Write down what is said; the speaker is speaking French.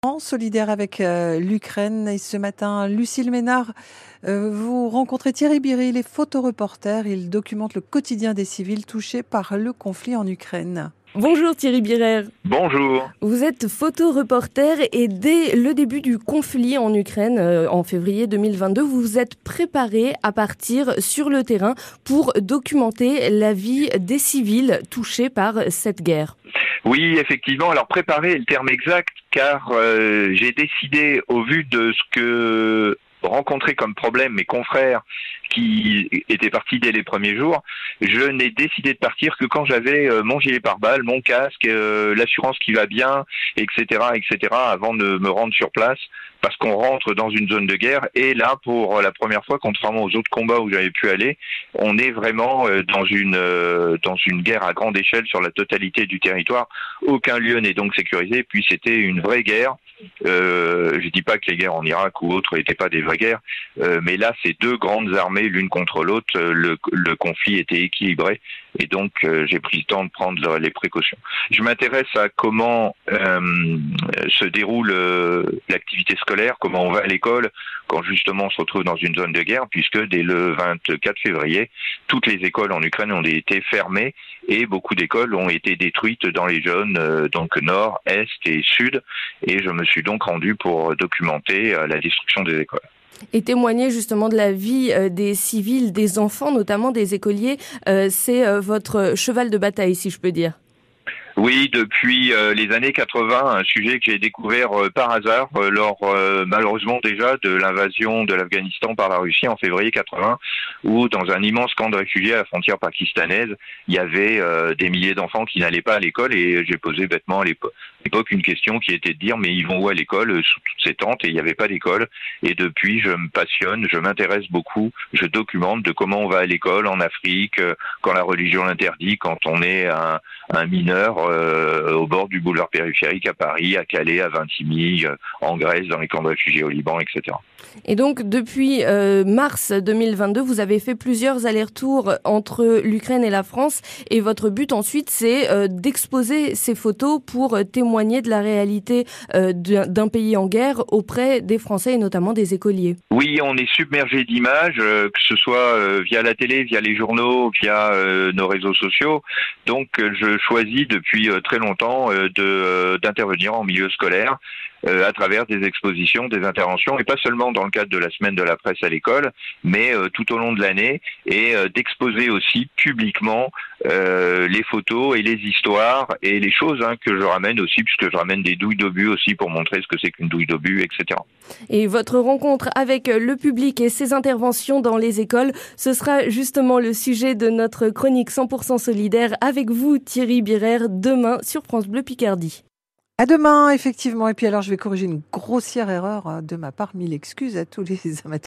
Solidaire avec l'Ukraine. Et ce matin, Lucille Ménard, vous rencontrez Thierry Biret, il est photoreporter. Il documente le quotidien des civils touchés par le conflit en Ukraine. Bonjour Thierry Biret. Bonjour. Vous êtes photoreporter et dès le début du conflit en Ukraine, en février 2022, vous vous êtes préparé à partir sur le terrain pour documenter la vie des civils touchés par cette guerre. Oui, effectivement. Alors préparer est le terme exact car j'ai décidé, au vu de ce que rencontraient comme problème mes confrères qui étaient partis dès les premiers jours, je n'ai décidé de partir que quand j'avais mon gilet pare-balles, mon casque, l'assurance qui va bien, etc., avant de me rendre sur place, parce qu'on rentre dans une zone de guerre. Et là, pour la première fois, contrairement aux autres combats où j'avais pu aller, on est vraiment dans une guerre à grande échelle sur la totalité du territoire. Aucun lieu n'est donc sécurisé. Puis c'était une vraie guerre. Je dis pas que les guerres en Irak ou autres n'étaient pas des vraies guerres, mais là, c'est deux grandes armées l'une contre l'autre. Le conflit était équilibré et donc j'ai pris le temps de prendre les précautions. Je m'intéresse à comment se déroule l'activité scolaire, comment on va à l'école quand justement on se retrouve dans une zone de guerre, puisque dès le 24 février, toutes les écoles en Ukraine ont été fermées et beaucoup d'écoles ont été détruites dans les zones donc nord, est et sud. Et je me suis donc rendu pour documenter la destruction des écoles. Et témoigner justement de la vie des civils, des enfants, notamment des écoliers, c'est votre cheval de bataille, si je peux dire. Oui, depuis les années 80, un sujet que j'ai découvert par hasard lors malheureusement déjà de l'invasion de l'Afghanistan par la Russie en février 80, où dans un immense camp de réfugiés à la frontière pakistanaise, il y avait des milliers d'enfants qui n'allaient pas à l'école et j'ai posé bêtement à l'époque une question qui était de dire mais ils vont où à l'école sous toutes ces tentes, et il n'y avait pas d'école. Et depuis je me passionne, je m'intéresse beaucoup, je documente de comment on va à l'école en Afrique, quand la religion l'interdit, quand on est un mineur au bord du boulevard périphérique à Paris, à Calais, à Vintimille, en Grèce, dans les camps de réfugiés au Liban, etc. Et donc, depuis mars 2022, vous avez fait plusieurs allers-retours entre l'Ukraine et la France. Et votre but ensuite, c'est d'exposer ces photos pour témoigner de la réalité d'un pays en guerre auprès des Français et notamment des écoliers. Oui, on est submergé d'images, que ce soit via la télé, via les journaux, via nos réseaux sociaux. Donc, je choisis depuis très longtemps d'intervenir en milieu scolaire à travers des expositions, des interventions, et pas seulement dans le cadre de la semaine de la presse à l'école, mais tout au long de l'année, et d'exposer aussi publiquement les photos et les histoires et les choses que je ramène aussi, puisque je ramène des douilles d'obus aussi pour montrer ce que c'est qu'une douille d'obus, etc. Et votre rencontre avec le public et ses interventions dans les écoles, ce sera justement le sujet de notre chronique 100% solidaire avec vous, Thierry Biret, demain sur France Bleu Picardie. À demain, effectivement. Et puis alors, je vais corriger une grossière erreur de ma part. Mille excuses à tous les amateurs.